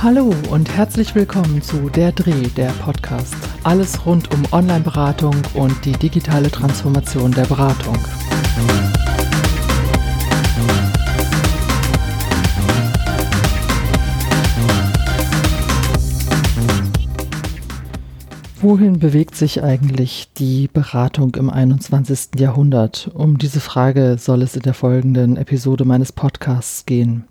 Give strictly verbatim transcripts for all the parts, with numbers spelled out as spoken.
Hallo und herzlich willkommen zu Der Dreh, der Podcast. Alles rund um Online-Beratung und die digitale Transformation der Beratung. Wohin bewegt sich eigentlich die Beratung im einundzwanzigsten Jahrhundert? Um diese Frage soll es in der folgenden Episode meines Podcasts gehen.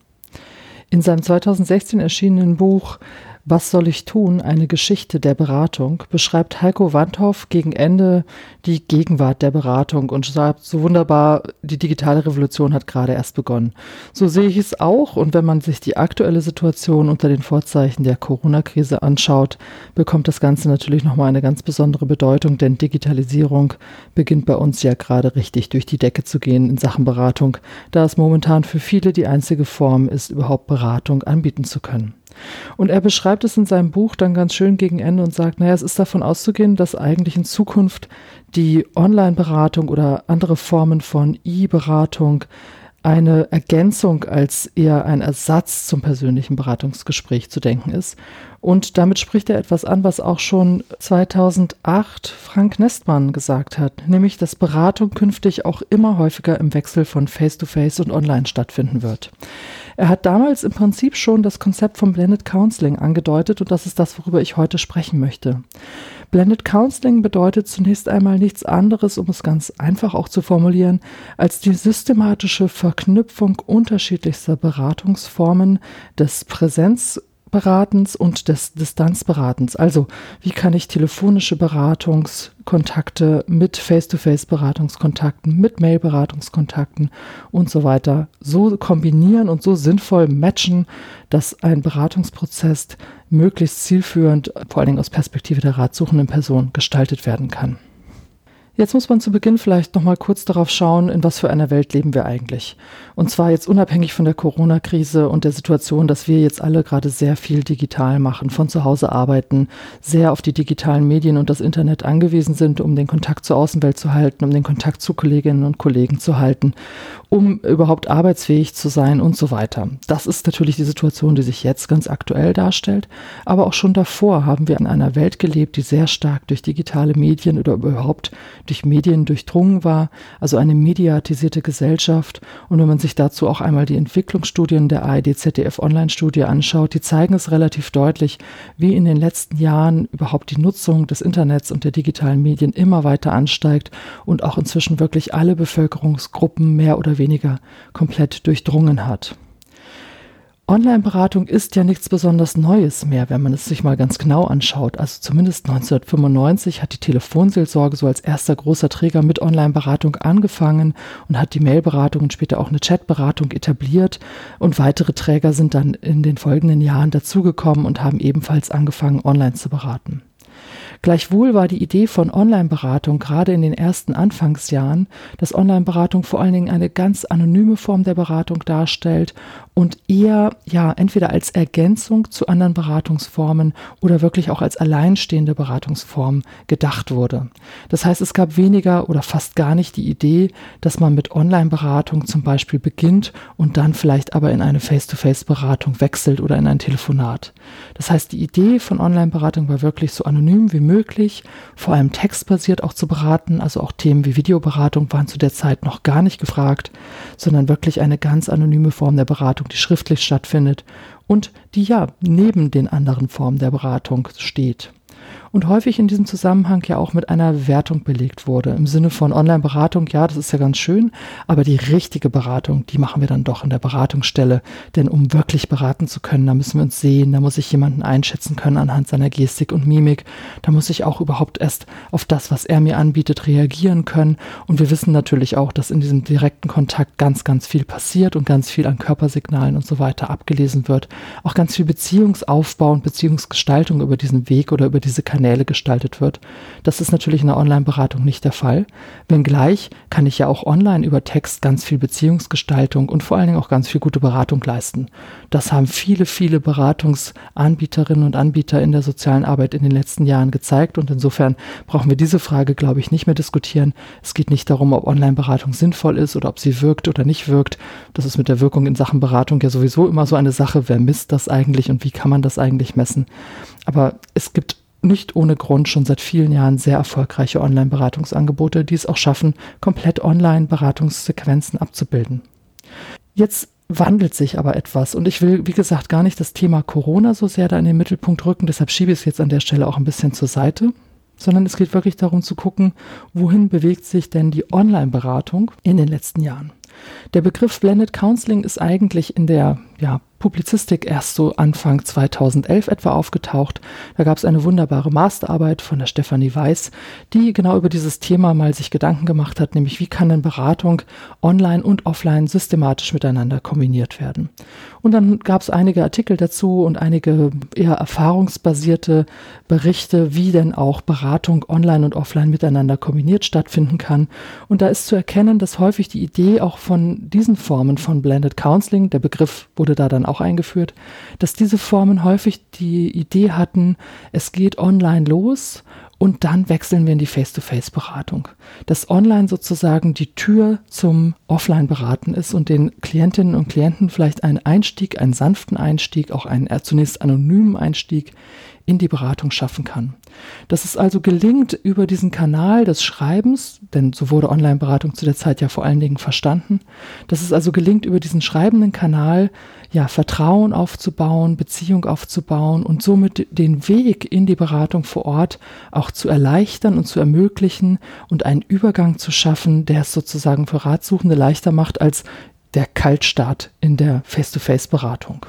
In seinem zweitausendsechzehn erschienenen Buch »Was soll ich tun? Eine Geschichte der Beratung« beschreibt Heiko Wandhoff gegen Ende die Gegenwart der Beratung und sagt so wunderbar, die digitale Revolution hat gerade erst begonnen. So sehe ich es auch, und wenn man sich die aktuelle Situation unter den Vorzeichen der Corona-Krise anschaut, bekommt das Ganze natürlich nochmal eine ganz besondere Bedeutung, denn Digitalisierung beginnt bei uns ja gerade richtig durch die Decke zu gehen in Sachen Beratung, da es momentan für viele die einzige Form ist, überhaupt Beratung anbieten zu können. Und er beschreibt es in seinem Buch dann ganz schön gegen Ende und sagt, naja, es ist davon auszugehen, dass eigentlich in Zukunft die Online-Beratung oder andere Formen von E-Beratung eine Ergänzung als eher ein Ersatz zum persönlichen Beratungsgespräch zu denken ist. Und damit spricht er etwas an, was auch schon zweitausendacht Frank Nestmann gesagt hat, nämlich, dass Beratung künftig auch immer häufiger im Wechsel von Face-to-Face und Online stattfinden wird. Er hat damals im Prinzip schon das Konzept von Blended Counseling angedeutet, und das ist das, worüber ich heute sprechen möchte. Blended Counseling bedeutet zunächst einmal nichts anderes, um es ganz einfach auch zu formulieren, als die systematische Verknüpfung unterschiedlichster Beratungsformen des Präsenzberatens und des Distanzberatens. Also, wie kann ich telefonische Beratungskontakte mit Face-to-Face-Beratungskontakten, mit Mail-Beratungskontakten und so weiter so kombinieren und so sinnvoll matchen, dass ein Beratungsprozess möglichst zielführend, vor allen Dingen aus Perspektive der ratsuchenden Person, gestaltet werden kann. Jetzt muss man zu Beginn vielleicht noch mal kurz darauf schauen, in was für einer Welt leben wir eigentlich. Und zwar jetzt unabhängig von der Corona-Krise und der Situation, dass wir jetzt alle gerade sehr viel digital machen, von zu Hause arbeiten, sehr auf die digitalen Medien und das Internet angewiesen sind, um den Kontakt zur Außenwelt zu halten, um den Kontakt zu Kolleginnen und Kollegen zu halten, um überhaupt arbeitsfähig zu sein und so weiter. Das ist natürlich die Situation, die sich jetzt ganz aktuell darstellt. Aber auch schon davor haben wir in einer Welt gelebt, die sehr stark durch digitale Medien oder überhaupt durch Medien durchdrungen war, also eine mediatisierte Gesellschaft. Und wenn man sich dazu auch einmal die Entwicklungsstudien der A R D-Z D F-Online-Studie anschaut, die zeigen es relativ deutlich, wie in den letzten Jahren überhaupt die Nutzung des Internets und der digitalen Medien immer weiter ansteigt und auch inzwischen wirklich alle Bevölkerungsgruppen mehr oder weniger komplett durchdrungen hat. Online-Beratung ist ja nichts besonders Neues mehr, wenn man es sich mal ganz genau anschaut. Also zumindest neunzehnhundertfünfundneunzig hat die Telefonseelsorge so als erster großer Träger mit Online-Beratung angefangen und hat die Mail-Beratung und später auch eine Chat-Beratung etabliert. Und weitere Träger sind dann in den folgenden Jahren dazugekommen und haben ebenfalls angefangen, online zu beraten. Gleichwohl war die Idee von Online-Beratung gerade in den ersten Anfangsjahren, dass Online-Beratung vor allen Dingen eine ganz anonyme Form der Beratung darstellt und eher ja entweder als Ergänzung zu anderen Beratungsformen oder wirklich auch als alleinstehende Beratungsform gedacht wurde. Das heißt, es gab weniger oder fast gar nicht die Idee, dass man mit Online-Beratung zum Beispiel beginnt und dann vielleicht aber in eine Face-to-Face-Beratung wechselt oder in ein Telefonat. Das heißt, die Idee von Online-Beratung war wirklich so anonym wie möglich, vor allem textbasiert auch zu beraten, also auch Themen wie Videoberatung waren zu der Zeit noch gar nicht gefragt, sondern wirklich eine ganz anonyme Form der Beratung, die schriftlich stattfindet und die ja neben den anderen Formen der Beratung steht. Und häufig in diesem Zusammenhang ja auch mit einer Wertung belegt wurde, im Sinne von Online-Beratung, ja, das ist ja ganz schön, aber die richtige Beratung, die machen wir dann doch in der Beratungsstelle, denn um wirklich beraten zu können, da müssen wir uns sehen, da muss ich jemanden einschätzen können anhand seiner Gestik und Mimik, da muss ich auch überhaupt erst auf das, was er mir anbietet, reagieren können, und wir wissen natürlich auch, dass in diesem direkten Kontakt ganz, ganz viel passiert und ganz viel an Körpersignalen und so weiter abgelesen wird, auch ganz viel Beziehungsaufbau und Beziehungsgestaltung über diesen Weg oder über diese Kanäle Kanäle gestaltet wird. Das ist natürlich in der Online-Beratung nicht der Fall. Wenngleich kann ich ja auch online über Text ganz viel Beziehungsgestaltung und vor allen Dingen auch ganz viel gute Beratung leisten. Das haben viele, viele Beratungsanbieterinnen und Anbieter in der sozialen Arbeit in den letzten Jahren gezeigt und insofern brauchen wir diese Frage, glaube ich, nicht mehr diskutieren. Es geht nicht darum, ob Online-Beratung sinnvoll ist oder ob sie wirkt oder nicht wirkt. Das ist mit der Wirkung in Sachen Beratung ja sowieso immer so eine Sache. Wer misst das eigentlich und wie kann man das eigentlich messen? Aber es gibt nicht ohne Grund schon seit vielen Jahren sehr erfolgreiche Online-Beratungsangebote, die es auch schaffen, komplett Online-Beratungssequenzen abzubilden. Jetzt wandelt sich aber etwas und ich will, wie gesagt, gar nicht das Thema Corona so sehr da in den Mittelpunkt rücken, deshalb schiebe ich es jetzt an der Stelle auch ein bisschen zur Seite, sondern es geht wirklich darum zu gucken, wohin bewegt sich denn die Online-Beratung in den letzten Jahren. Der Begriff Blended Counseling ist eigentlich in der ja, Publizistik erst so Anfang zweitausendelf etwa aufgetaucht. Da gab es eine wunderbare Masterarbeit von der Stefanie Weiß, die genau über dieses Thema mal sich Gedanken gemacht hat, nämlich wie kann denn Beratung online und offline systematisch miteinander kombiniert werden. Und dann gab es einige Artikel dazu und einige eher erfahrungsbasierte Berichte, wie denn auch Beratung online und offline miteinander kombiniert stattfinden kann. Und da ist zu erkennen, dass häufig die Idee auch von diesen Formen von Blended Counseling, der Begriff wurde da dann auch eingeführt, dass diese Formen häufig die Idee hatten, es geht online los und dann wechseln wir in die Face-to-Face-Beratung. Dass online sozusagen die Tür zum Offline-Beraten ist und den Klientinnen und Klienten vielleicht einen Einstieg, einen sanften Einstieg, auch einen zunächst anonymen Einstieg in die Beratung schaffen kann. Dass es also gelingt, über diesen Kanal des Schreibens, denn so wurde Online-Beratung zu der Zeit ja vor allen Dingen verstanden, dass es also gelingt, über diesen schreibenden Kanal ja Vertrauen aufzubauen, Beziehung aufzubauen und somit den Weg in die Beratung vor Ort auch zu erleichtern und zu ermöglichen und einen Übergang zu schaffen, der es sozusagen für Ratsuchende leichter macht als der Kaltstart in der Face-to-Face-Beratung.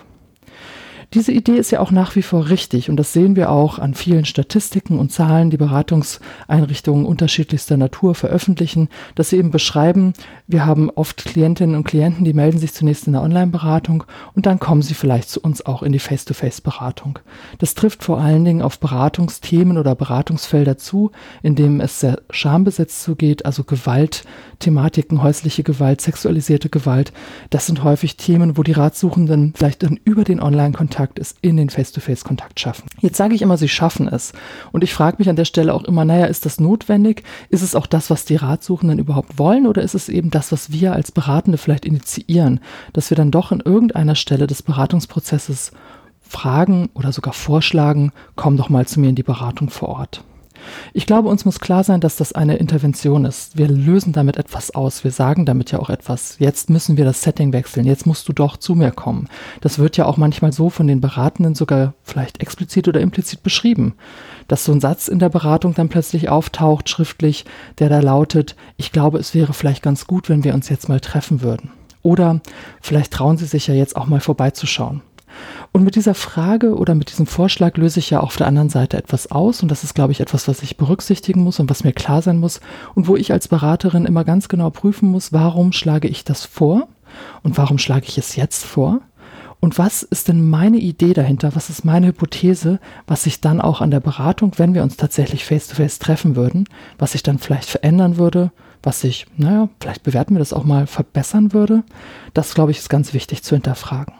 Diese Idee ist ja auch nach wie vor richtig und das sehen wir auch an vielen Statistiken und Zahlen, die Beratungseinrichtungen unterschiedlichster Natur veröffentlichen, dass sie eben beschreiben, wir haben oft Klientinnen und Klienten, die melden sich zunächst in der Online-Beratung und dann kommen sie vielleicht zu uns auch in die Face-to-Face-Beratung. Das trifft vor allen Dingen auf Beratungsthemen oder Beratungsfelder zu, in denen es sehr schambesetzt zugeht, also Gewaltthematiken, häusliche Gewalt, sexualisierte Gewalt. Das sind häufig Themen, wo die Ratsuchenden vielleicht dann über den Online-Kontakt ist in den Face-to-Face-Kontakt schaffen. Jetzt sage ich immer, sie schaffen es. Und ich frage mich an der Stelle auch immer, naja, ist das notwendig? Ist es auch das, was die Ratsuchenden überhaupt wollen? Oder ist es eben das, was wir als Beratende vielleicht initiieren? Dass wir dann doch an irgendeiner Stelle des Beratungsprozesses fragen oder sogar vorschlagen, komm doch mal zu mir in die Beratung vor Ort. Ich glaube, uns muss klar sein, dass das eine Intervention ist. Wir lösen damit etwas aus. Wir sagen damit ja auch etwas. Jetzt müssen wir das Setting wechseln. Jetzt musst du doch zu mir kommen. Das wird ja auch manchmal so von den Beratenden sogar vielleicht explizit oder implizit beschrieben, dass so ein Satz in der Beratung dann plötzlich auftaucht, schriftlich, der da lautet, ich glaube, es wäre vielleicht ganz gut, wenn wir uns jetzt mal treffen würden. Oder vielleicht trauen Sie sich ja jetzt auch mal vorbeizuschauen. Und mit dieser Frage oder mit diesem Vorschlag löse ich ja auf der anderen Seite etwas aus und das ist, glaube ich, etwas, was ich berücksichtigen muss und was mir klar sein muss und wo ich als Beraterin immer ganz genau prüfen muss, warum schlage ich das vor und warum schlage ich es jetzt vor und was ist denn meine Idee dahinter, was ist meine Hypothese, was sich dann auch an der Beratung, wenn wir uns tatsächlich face-to-face treffen würden, was sich dann vielleicht verändern würde, was sich, naja, vielleicht bewerten wir das auch mal, verbessern würde. Das, glaube ich, ist ganz wichtig zu hinterfragen.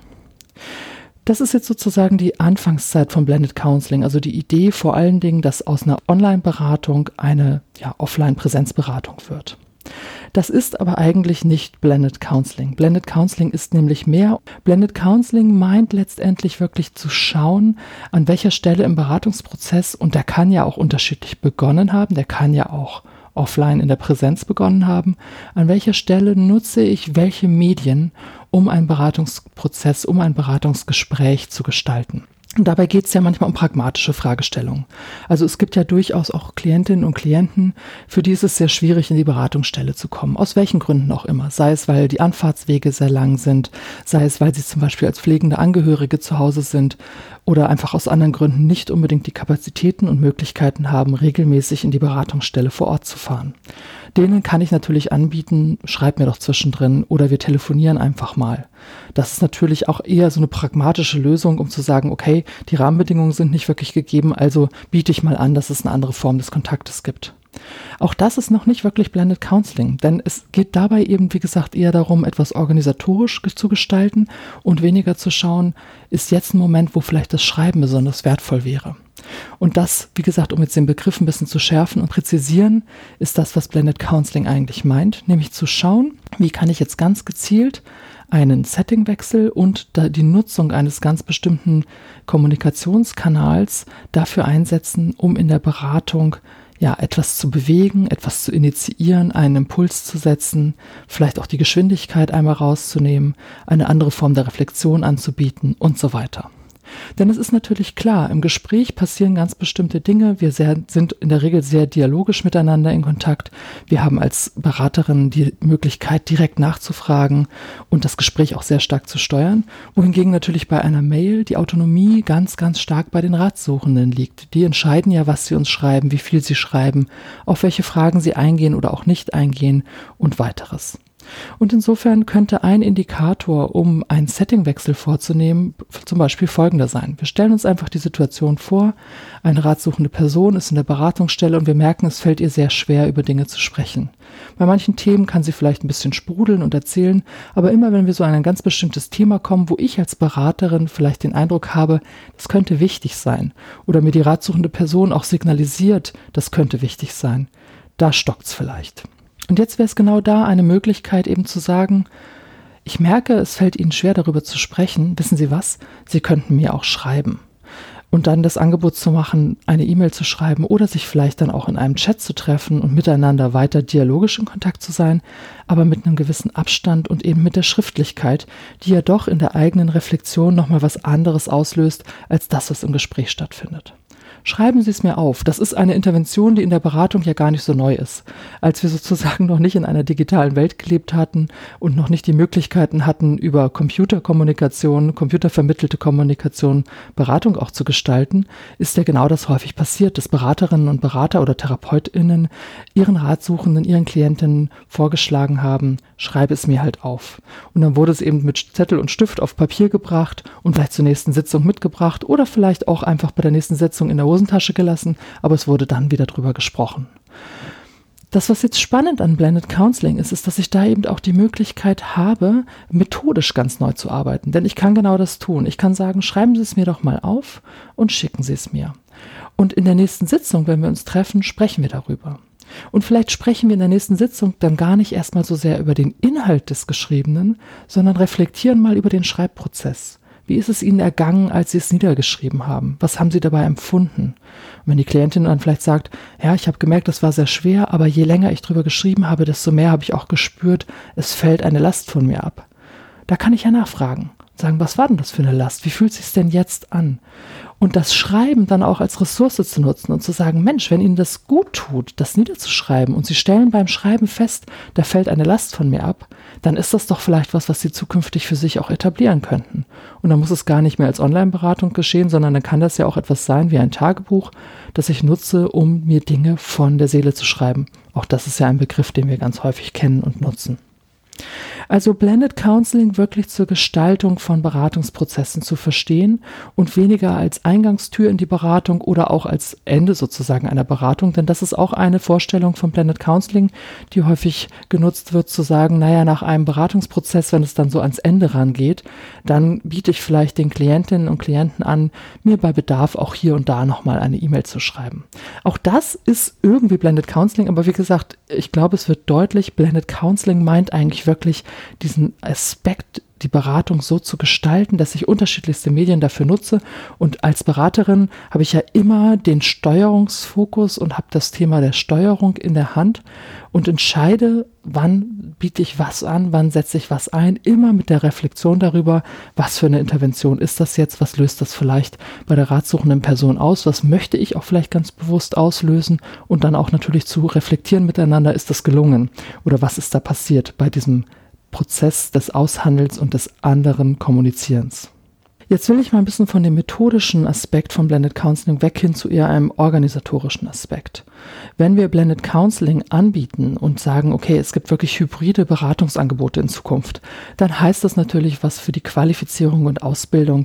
Das ist jetzt sozusagen die Anfangszeit von Blended Counseling, also die Idee vor allen Dingen, dass aus einer Online-Beratung eine ja, Offline-Präsenzberatung wird. Das ist aber eigentlich nicht Blended Counseling. Blended Counseling ist nämlich mehr. Blended Counseling meint letztendlich wirklich zu schauen, an welcher Stelle im Beratungsprozess, und der kann ja auch unterschiedlich begonnen haben, der kann ja auch offline in der Präsenz begonnen haben, an welcher Stelle nutze ich welche Medien, um einen Beratungsprozess, um ein Beratungsgespräch zu gestalten. Und dabei geht es ja manchmal um pragmatische Fragestellungen. Also es gibt ja durchaus auch Klientinnen und Klienten, für die ist es sehr schwierig, in die Beratungsstelle zu kommen. Aus welchen Gründen auch immer. Sei es, weil die Anfahrtswege sehr lang sind, sei es, weil sie zum Beispiel als pflegende Angehörige zu Hause sind oder einfach aus anderen Gründen nicht unbedingt die Kapazitäten und Möglichkeiten haben, regelmäßig in die Beratungsstelle vor Ort zu fahren. Denen kann ich natürlich anbieten, schreib mir doch zwischendrin oder wir telefonieren einfach mal. Das ist natürlich auch eher so eine pragmatische Lösung, um zu sagen, okay, okay, die Rahmenbedingungen sind nicht wirklich gegeben, also biete ich mal an, dass es eine andere Form des Kontaktes gibt. Auch das ist noch nicht wirklich Blended Counseling, denn es geht dabei eben, wie gesagt, eher darum, etwas organisatorisch zu gestalten und weniger zu schauen, ist jetzt ein Moment, wo vielleicht das Schreiben besonders wertvoll wäre. Und das, wie gesagt, um jetzt den Begriff ein bisschen zu schärfen und präzisieren, ist das, was Blended Counseling eigentlich meint, nämlich zu schauen, wie kann ich jetzt ganz gezielt einen Settingwechsel und die Nutzung eines ganz bestimmten Kommunikationskanals dafür einsetzen, um in der Beratung ja, etwas zu bewegen, etwas zu initiieren, einen Impuls zu setzen, vielleicht auch die Geschwindigkeit einmal rauszunehmen, eine andere Form der Reflexion anzubieten und so weiter. Denn es ist natürlich klar, im Gespräch passieren ganz bestimmte Dinge. Wir sehr, sind in der Regel sehr dialogisch miteinander in Kontakt. Wir haben als Beraterin die Möglichkeit, direkt nachzufragen und das Gespräch auch sehr stark zu steuern. Wohingegen natürlich bei einer Mail die Autonomie ganz, ganz stark bei den Ratsuchenden liegt. Die entscheiden ja, was sie uns schreiben, wie viel sie schreiben, auf welche Fragen sie eingehen oder auch nicht eingehen und weiteres. Und insofern könnte ein Indikator, um einen Settingwechsel vorzunehmen, zum Beispiel folgender sein. Wir stellen uns einfach die Situation vor, eine ratsuchende Person ist in der Beratungsstelle und wir merken, es fällt ihr sehr schwer, über Dinge zu sprechen. Bei manchen Themen kann sie vielleicht ein bisschen sprudeln und erzählen, aber immer wenn wir so an ein ganz bestimmtes Thema kommen, wo ich als Beraterin vielleicht den Eindruck habe, das könnte wichtig sein, oder mir die ratsuchende Person auch signalisiert, das könnte wichtig sein, da stockt's vielleicht. Und jetzt wäre es genau da eine Möglichkeit eben zu sagen, ich merke, es fällt Ihnen schwer, darüber zu sprechen. Wissen Sie was? Sie könnten mir auch schreiben. Und dann das Angebot zu machen, eine E-Mail zu schreiben oder sich vielleicht dann auch in einem Chat zu treffen und miteinander weiter dialogisch in Kontakt zu sein, aber mit einem gewissen Abstand und eben mit der Schriftlichkeit, die ja doch in der eigenen Reflexion nochmal was anderes auslöst, als das, was im Gespräch stattfindet. Schreiben Sie es mir auf. Das ist eine Intervention, die in der Beratung ja gar nicht so neu ist. Als wir sozusagen noch nicht in einer digitalen Welt gelebt hatten und noch nicht die Möglichkeiten hatten, über Computerkommunikation, computervermittelte Kommunikation, Beratung auch zu gestalten, ist ja genau das häufig passiert, dass Beraterinnen und Berater oder TherapeutInnen ihren Ratsuchenden, ihren Klientinnen vorgeschlagen haben, schreibe es mir halt auf. Und dann wurde es eben mit Zettel und Stift auf Papier gebracht und vielleicht zur nächsten Sitzung mitgebracht oder vielleicht auch einfach bei der nächsten Sitzung in der Hosentasche gelassen, aber es wurde dann wieder drüber gesprochen. Das, was jetzt spannend an Blended Counseling ist, ist, dass ich da eben auch die Möglichkeit habe, methodisch ganz neu zu arbeiten. Denn ich kann genau das tun. Ich kann sagen, schreiben Sie es mir doch mal auf und schicken Sie es mir. Und in der nächsten Sitzung, wenn wir uns treffen, sprechen wir darüber. Und vielleicht sprechen wir in der nächsten Sitzung dann gar nicht erstmal so sehr über den Inhalt des Geschriebenen, sondern reflektieren mal über den Schreibprozess. Wie ist es Ihnen ergangen, als Sie es niedergeschrieben haben? Was haben Sie dabei empfunden? Und wenn die Klientin dann vielleicht sagt, ja, ich habe gemerkt, das war sehr schwer, aber je länger ich drüber geschrieben habe, desto mehr habe ich auch gespürt, es fällt eine Last von mir ab. Da kann ich ja nachfragen und sagen, was war denn das für eine Last? Wie fühlt es sich denn jetzt an? Und das Schreiben dann auch als Ressource zu nutzen und zu sagen, Mensch, wenn Ihnen das gut tut, das niederzuschreiben und Sie stellen beim Schreiben fest, da fällt eine Last von mir ab, dann ist das doch vielleicht was, was Sie zukünftig für sich auch etablieren könnten. Und dann muss es gar nicht mehr als Online-Beratung geschehen, sondern dann kann das ja auch etwas sein wie ein Tagebuch, das ich nutze, um mir Dinge von der Seele zu schreiben. Auch das ist ja ein Begriff, den wir ganz häufig kennen und nutzen. Also Blended Counseling wirklich zur Gestaltung von Beratungsprozessen zu verstehen und weniger als Eingangstür in die Beratung oder auch als Ende sozusagen einer Beratung, denn das ist auch eine Vorstellung von Blended Counseling, die häufig genutzt wird, zu sagen, naja, nach einem Beratungsprozess, wenn es dann so ans Ende rangeht, dann biete ich vielleicht den Klientinnen und Klienten an, mir bei Bedarf auch hier und da nochmal eine E-Mail zu schreiben. Auch das ist irgendwie Blended Counseling, aber wie gesagt, ich glaube, es wird deutlich, Blended Counseling meint eigentlich wirklich diesen Aspekt, die Beratung so zu gestalten, dass ich unterschiedlichste Medien dafür nutze. Und als Beraterin habe ich ja immer den Steuerungsfokus und habe das Thema der Steuerung in der Hand und entscheide, wann biete ich was an, wann setze ich was ein, immer mit der Reflexion darüber, was für eine Intervention ist das jetzt, was löst das vielleicht bei der ratsuchenden Person aus, was möchte ich auch vielleicht ganz bewusst auslösen und dann auch natürlich zu reflektieren miteinander, ist das gelungen oder was ist da passiert bei diesem Prozess des Aushandels und des anderen Kommunizierens. Jetzt will ich mal ein bisschen von dem methodischen Aspekt von Blended Counseling weg hin zu eher einem organisatorischen Aspekt. Wenn wir Blended Counseling anbieten und sagen, okay, es gibt wirklich hybride Beratungsangebote in Zukunft, dann heißt das natürlich was für die Qualifizierung und Ausbildung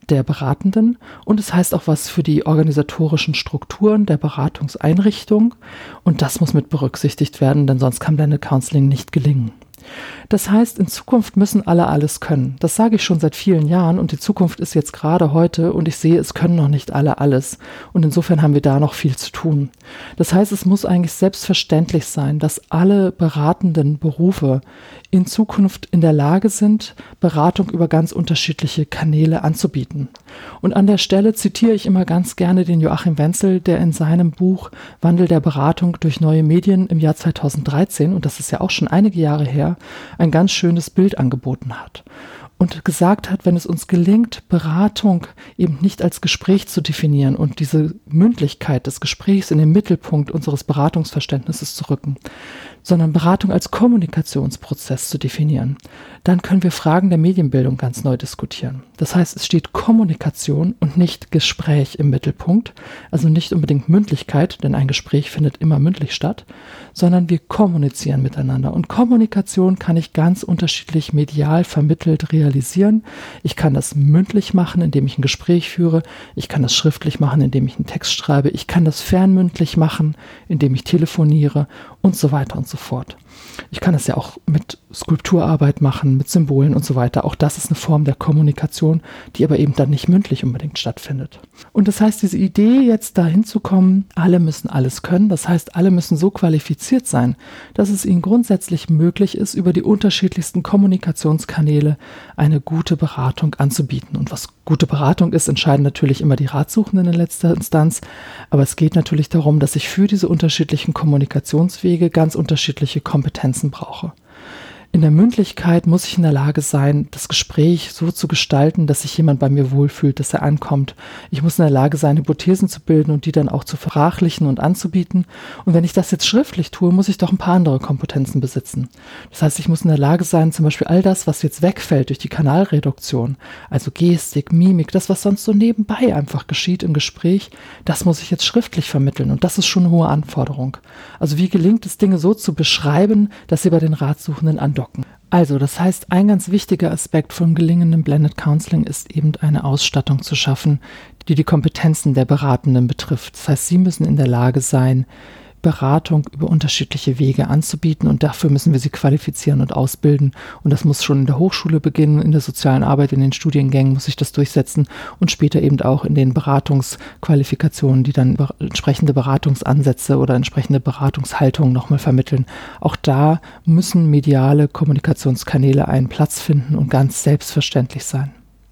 der Beratenden und es heißt auch was für die organisatorischen Strukturen der Beratungseinrichtung und das muss mit berücksichtigt werden, denn sonst kann Blended Counseling nicht gelingen. Das heißt, in Zukunft müssen alle alles können. Das sage ich schon seit vielen Jahren und die Zukunft ist jetzt gerade heute und ich sehe, es können noch nicht alle alles. Und insofern haben wir da noch viel zu tun. Das heißt, es muss eigentlich selbstverständlich sein, dass alle beratenden Berufe in Zukunft in der Lage sind, Beratung über ganz unterschiedliche Kanäle anzubieten. Und an der Stelle zitiere ich immer ganz gerne den Joachim Wenzel, der in seinem Buch Wandel der Beratung durch neue Medien im Jahr zweitausenddreizehn, und das ist ja auch schon einige Jahre her, ein ganz schönes Bild angeboten hat und gesagt hat, wenn es uns gelingt, Beratung eben nicht als Gespräch zu definieren und diese Mündlichkeit des Gesprächs in den Mittelpunkt unseres Beratungsverständnisses zu rücken, sondern Beratung als Kommunikationsprozess zu definieren, dann können wir Fragen der Medienbildung ganz neu diskutieren. Das heißt, es steht Kommunikation und nicht Gespräch im Mittelpunkt, also nicht unbedingt Mündlichkeit, denn ein Gespräch findet immer mündlich statt, sondern wir kommunizieren miteinander. Und Kommunikation kann ich ganz unterschiedlich medial vermittelt realisieren. Ich kann das mündlich machen, indem ich ein Gespräch führe. Ich kann das schriftlich machen, indem ich einen Text schreibe. Ich kann das fernmündlich machen, indem ich telefoniere und so weiter und so fort. Ich kann es ja auch mit Skulpturarbeit machen, mit Symbolen und so weiter. Auch das ist eine Form der Kommunikation, die aber eben dann nicht mündlich unbedingt stattfindet. Und das heißt, diese Idee, jetzt dahin zu kommen, alle müssen alles können, das heißt, alle müssen so qualifiziert sein, dass es ihnen grundsätzlich möglich ist, über die unterschiedlichsten Kommunikationskanäle eine gute Beratung anzubieten. Und was gute Beratung ist, entscheiden natürlich immer die Ratsuchenden in letzter Instanz. Aber es geht natürlich darum, dass ich für diese unterschiedlichen Kommunikationswege ganz unterschiedliche Kompetenzen brauche. In der Mündlichkeit muss ich in der Lage sein, das Gespräch so zu gestalten, dass sich jemand bei mir wohlfühlt, dass er ankommt. Ich muss in der Lage sein, Hypothesen zu bilden und die dann auch zu verrachlichen und anzubieten. Und wenn ich das jetzt schriftlich tue, muss ich doch ein paar andere Kompetenzen besitzen. Das heißt, ich muss in der Lage sein, zum Beispiel all das, was jetzt wegfällt durch die Kanalreduktion, also Gestik, Mimik, das, was sonst so nebenbei einfach geschieht im Gespräch, das muss ich jetzt schriftlich vermitteln. Und das ist schon eine hohe Anforderung. Also wie gelingt es, Dinge so zu beschreiben, dass sie bei den Ratsuchenden andocken? Also, das heißt, ein ganz wichtiger Aspekt von gelingendem Blended Counseling ist eben eine Ausstattung zu schaffen, die die Kompetenzen der Beratenden betrifft. Das heißt, sie müssen in der Lage sein, Beratung über unterschiedliche Wege anzubieten und dafür müssen wir sie qualifizieren und ausbilden und das muss schon in der Hochschule beginnen, in der sozialen Arbeit, in den Studiengängen muss sich das durchsetzen und später eben auch in den Beratungsqualifikationen, die dann entsprechende Beratungsansätze oder entsprechende Beratungshaltungen nochmal vermitteln. Auch da müssen mediale Kommunikationskanäle einen Platz finden und ganz selbstverständlich sein.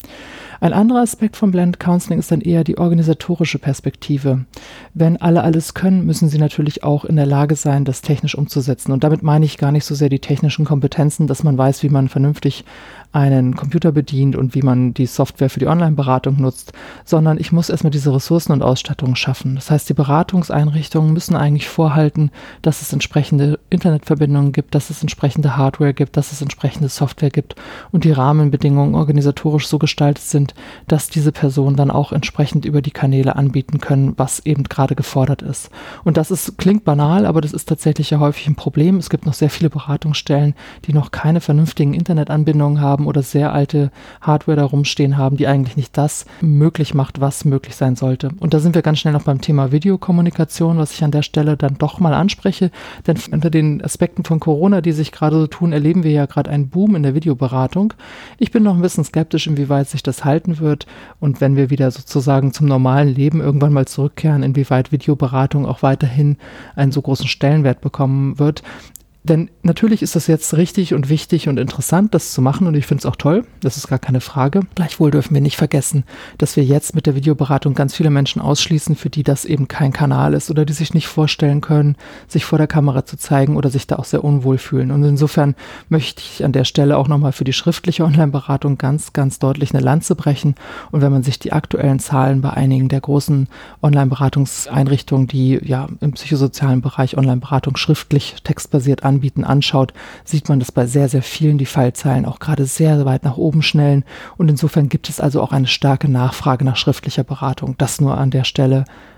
Ein anderer Aspekt von Blended Counseling ist dann eher die organisatorische Perspektive. Wenn alle alles können, müssen sie natürlich auch in der Lage sein, das technisch umzusetzen. Und damit meine ich gar nicht so sehr die technischen Kompetenzen, dass man weiß, wie man vernünftig einen Computer bedient und wie man die Software für die Online-Beratung nutzt, sondern ich muss erstmal diese Ressourcen und Ausstattungen schaffen. Das heißt, die Beratungseinrichtungen müssen eigentlich vorhalten, dass es entsprechende Internetverbindungen gibt, dass es entsprechende Hardware gibt, dass es entsprechende Software gibt und die Rahmenbedingungen organisatorisch so gestaltet sind, dass diese Personen dann auch entsprechend über die Kanäle anbieten können, was eben gerade gefordert ist. Und das ist, klingt banal, aber das ist tatsächlich ja häufig ein Problem. Es gibt noch sehr viele Beratungsstellen, die noch keine vernünftigen Internetanbindungen haben oder sehr alte Hardware da rumstehen haben, die eigentlich nicht das möglich macht, was möglich sein sollte. Und da sind wir ganz schnell noch beim Thema Videokommunikation, was ich an der Stelle dann doch mal anspreche, denn unter den Aspekten von Corona, die sich gerade so tun, erleben wir ja gerade einen Boom in der Videoberatung. Ich bin noch ein bisschen skeptisch, inwieweit sich das halten wird und wenn wir wieder sozusagen zum normalen Leben irgendwann mal zurückkehren, inwieweit Videoberatung auch weiterhin einen so großen Stellenwert bekommen wird. Denn natürlich ist das jetzt richtig und wichtig und interessant, das zu machen und ich finde es auch toll, das ist gar keine Frage. Gleichwohl dürfen wir nicht vergessen, dass wir jetzt mit der Videoberatung ganz viele Menschen ausschließen, für die das eben kein Kanal ist oder die sich nicht vorstellen können, sich vor der Kamera zu zeigen oder sich da auch sehr unwohl fühlen. Und insofern möchte ich an der Stelle auch nochmal für die schriftliche Online-Beratung ganz, ganz deutlich eine Lanze brechen. Und wenn man sich die aktuellen Zahlen bei einigen der großen Online-Beratungseinrichtungen, die ja im psychosozialen Bereich Online-Beratung schriftlich textbasiert anbieten, Anbieten anschaut, sieht man, dass bei sehr, sehr vielen die Fallzahlen auch gerade sehr weit nach oben schnellen und insofern gibt es also auch eine starke Nachfrage nach schriftlicher Beratung. Das nur an der Stelle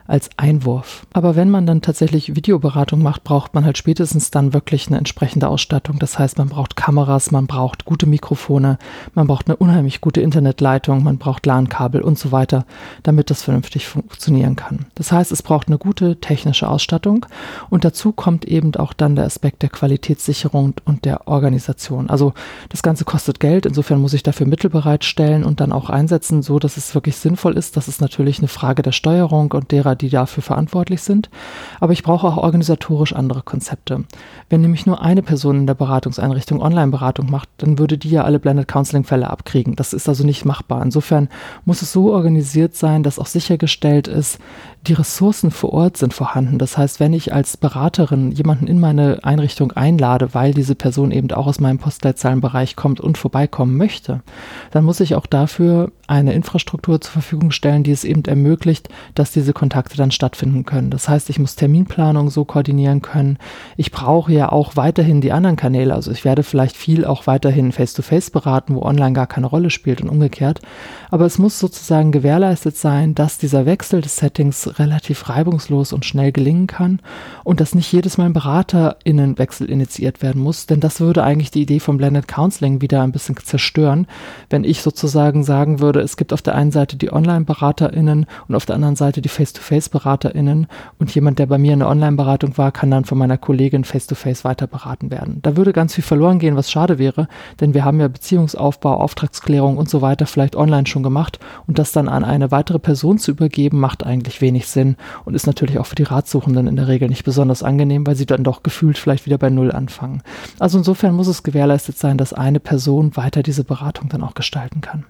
als Einwurf. Aber wenn man dann tatsächlich Videoberatung macht, braucht man halt spätestens dann wirklich eine entsprechende Ausstattung. Das heißt, man braucht Kameras, man braucht gute Mikrofone, man braucht eine unheimlich gute Internetleitung, man braucht LAN-Kabel und so weiter, damit das vernünftig funktionieren kann. Das heißt, es braucht eine gute technische Ausstattung und dazu kommt eben auch dann der Aspekt der Qualitätssicherung und der Organisation. Also das Ganze kostet Geld, insofern muss ich dafür Mittel bereitstellen und dann auch einsetzen, so dass es wirklich sinnvoll ist. Das ist natürlich eine Frage der Steuerung und derer, die dafür verantwortlich sind. Aber ich brauche auch organisatorisch andere Konzepte. Wenn nämlich nur eine Person in der Beratungseinrichtung Online-Beratung macht, dann würde die ja alle Blended Counseling-Fälle abkriegen. Das ist also nicht machbar. Insofern muss es so organisiert sein, dass auch sichergestellt ist, die Ressourcen vor Ort sind vorhanden. Das heißt, wenn ich als Beraterin jemanden in meine Einrichtung einlade, weil diese Person eben auch aus meinem Postleitzahlenbereich kommt und vorbeikommen möchte, dann muss ich auch dafür eine Infrastruktur zur Verfügung stellen, die es eben ermöglicht, dass diese Kontakte dann stattfinden können. Das heißt, ich muss Terminplanung so koordinieren können. Ich brauche ja auch weiterhin die anderen Kanäle. Also ich werde vielleicht viel auch weiterhin Face-to-Face beraten, wo online gar keine Rolle spielt und umgekehrt. Aber es muss sozusagen gewährleistet sein, dass dieser Wechsel des Settings relativ reibungslos und schnell gelingen kann und dass nicht jedes Mal ein BeraterInnenwechsel initiiert werden muss, denn das würde eigentlich die Idee vom Blended Counseling wieder ein bisschen zerstören, wenn ich sozusagen sagen würde, es gibt auf der einen Seite die Online-BeraterInnen und auf der anderen Seite die Face-to-Face-BeraterInnen und jemand, der bei mir in der Online-Beratung war, kann dann von meiner Kollegin Face-to-Face weiter beraten werden. Da würde ganz viel verloren gehen, was schade wäre, denn wir haben ja Beziehungsaufbau, Auftragsklärung und so weiter vielleicht online schon gemacht und das dann an eine weitere Person zu übergeben, macht eigentlich wenig Sinn und ist natürlich auch für die Ratsuchenden in der Regel nicht besonders angenehm, weil sie dann doch gefühlt vielleicht wieder bei Null anfangen. Also insofern muss es gewährleistet sein, dass eine Person weiter diese Beratung dann auch gestalten kann.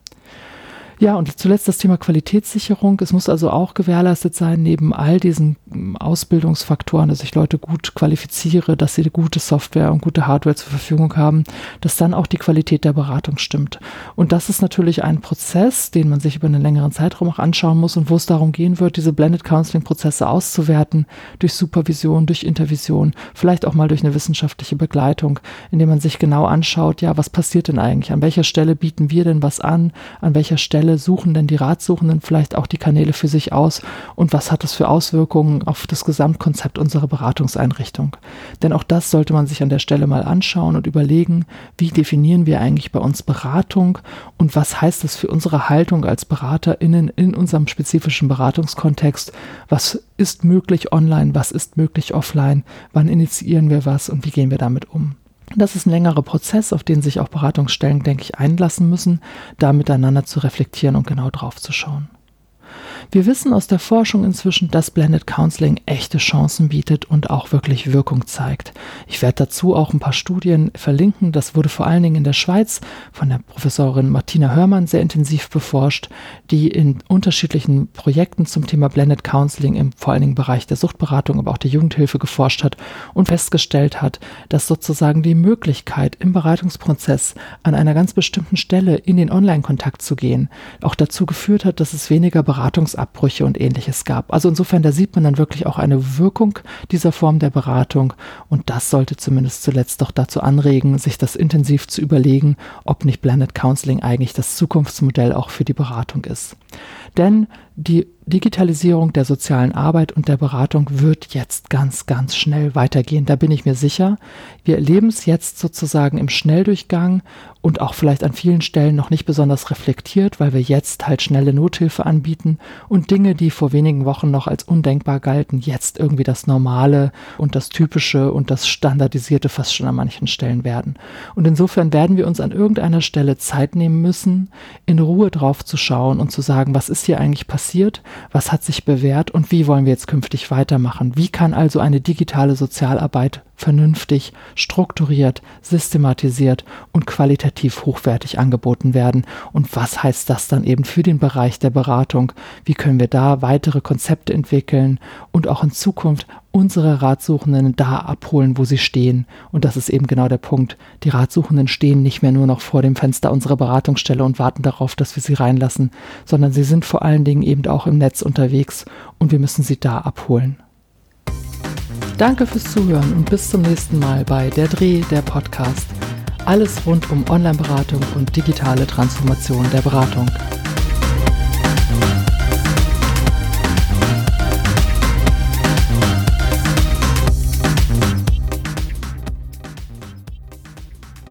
Ja, und zuletzt das Thema Qualitätssicherung. Es muss also auch gewährleistet sein, neben all diesen Ausbildungsfaktoren, dass ich Leute gut qualifiziere, dass sie gute Software und gute Hardware zur Verfügung haben, dass dann auch die Qualität der Beratung stimmt. Und das ist natürlich ein Prozess, den man sich über einen längeren Zeitraum auch anschauen muss und wo es darum gehen wird, diese Blended Counseling-Prozesse auszuwerten, durch Supervision, durch Intervision, vielleicht auch mal durch eine wissenschaftliche Begleitung, indem man sich genau anschaut, ja, was passiert denn eigentlich? An welcher Stelle bieten wir denn was an? An welcher Stelle suchen denn die Ratsuchenden vielleicht auch die Kanäle für sich aus und was hat das für Auswirkungen auf das Gesamtkonzept unserer Beratungseinrichtung? Denn auch das sollte man sich an der Stelle mal anschauen und überlegen, wie definieren wir eigentlich bei uns Beratung und was heißt das für unsere Haltung als BeraterInnen in unserem spezifischen Beratungskontext? Was ist möglich online, was ist möglich offline? Wann initiieren wir was und wie gehen wir damit um? Das ist ein längerer Prozess, auf den sich auch Beratungsstellen, denke ich, einlassen müssen, da miteinander zu reflektieren und genau drauf zu schauen. Wir wissen aus der Forschung inzwischen, dass Blended Counseling echte Chancen bietet und auch wirklich Wirkung zeigt. Ich werde dazu auch ein paar Studien verlinken. Das wurde vor allen Dingen in der Schweiz von der Professorin Martina Hörmann sehr intensiv beforscht, die in unterschiedlichen Projekten zum Thema Blended Counseling im vor allen Dingen Bereich der Suchtberatung, aber auch der Jugendhilfe geforscht hat und festgestellt hat, dass sozusagen die Möglichkeit im Beratungsprozess an einer ganz bestimmten Stelle in den Online-Kontakt zu gehen, auch dazu geführt hat, dass es weniger Beratungsabbrüche und Ähnliches gab. Also insofern, da sieht man dann wirklich auch eine Wirkung dieser Form der Beratung und das sollte zumindest zuletzt doch dazu anregen, sich das intensiv zu überlegen, ob nicht Blended Counseling eigentlich das Zukunftsmodell auch für die Beratung ist. Denn die Digitalisierung der sozialen Arbeit und der Beratung wird jetzt ganz, ganz schnell weitergehen. Da bin ich mir sicher. Wir erleben es jetzt sozusagen im Schnelldurchgang und auch vielleicht an vielen Stellen noch nicht besonders reflektiert, weil wir jetzt halt schnelle Nothilfe anbieten und Dinge, die vor wenigen Wochen noch als undenkbar galten, jetzt irgendwie das Normale und das Typische und das Standardisierte fast schon an manchen Stellen werden. Und insofern werden wir uns an irgendeiner Stelle Zeit nehmen müssen, in Ruhe drauf zu schauen und zu sagen, was ist hier eigentlich passiert, was hat sich bewährt und wie wollen wir jetzt künftig weitermachen? Wie kann also eine digitale Sozialarbeit vernünftig, strukturiert, systematisiert und qualitativ hochwertig angeboten werden? Und was heißt das dann eben für den Bereich der Beratung? Wie können wir da weitere Konzepte entwickeln und auch in Zukunft unsere Ratsuchenden da abholen, wo sie stehen? Und das ist eben genau der Punkt. Die Ratsuchenden stehen nicht mehr nur noch vor dem Fenster unserer Beratungsstelle und warten darauf, dass wir sie reinlassen, sondern sie sind vor allen Dingen eben auch im Netz unterwegs und wir müssen sie da abholen. Danke fürs Zuhören und bis zum nächsten Mal bei Der Dreh, der Podcast. Alles rund um Online-Beratung und digitale Transformation der Beratung.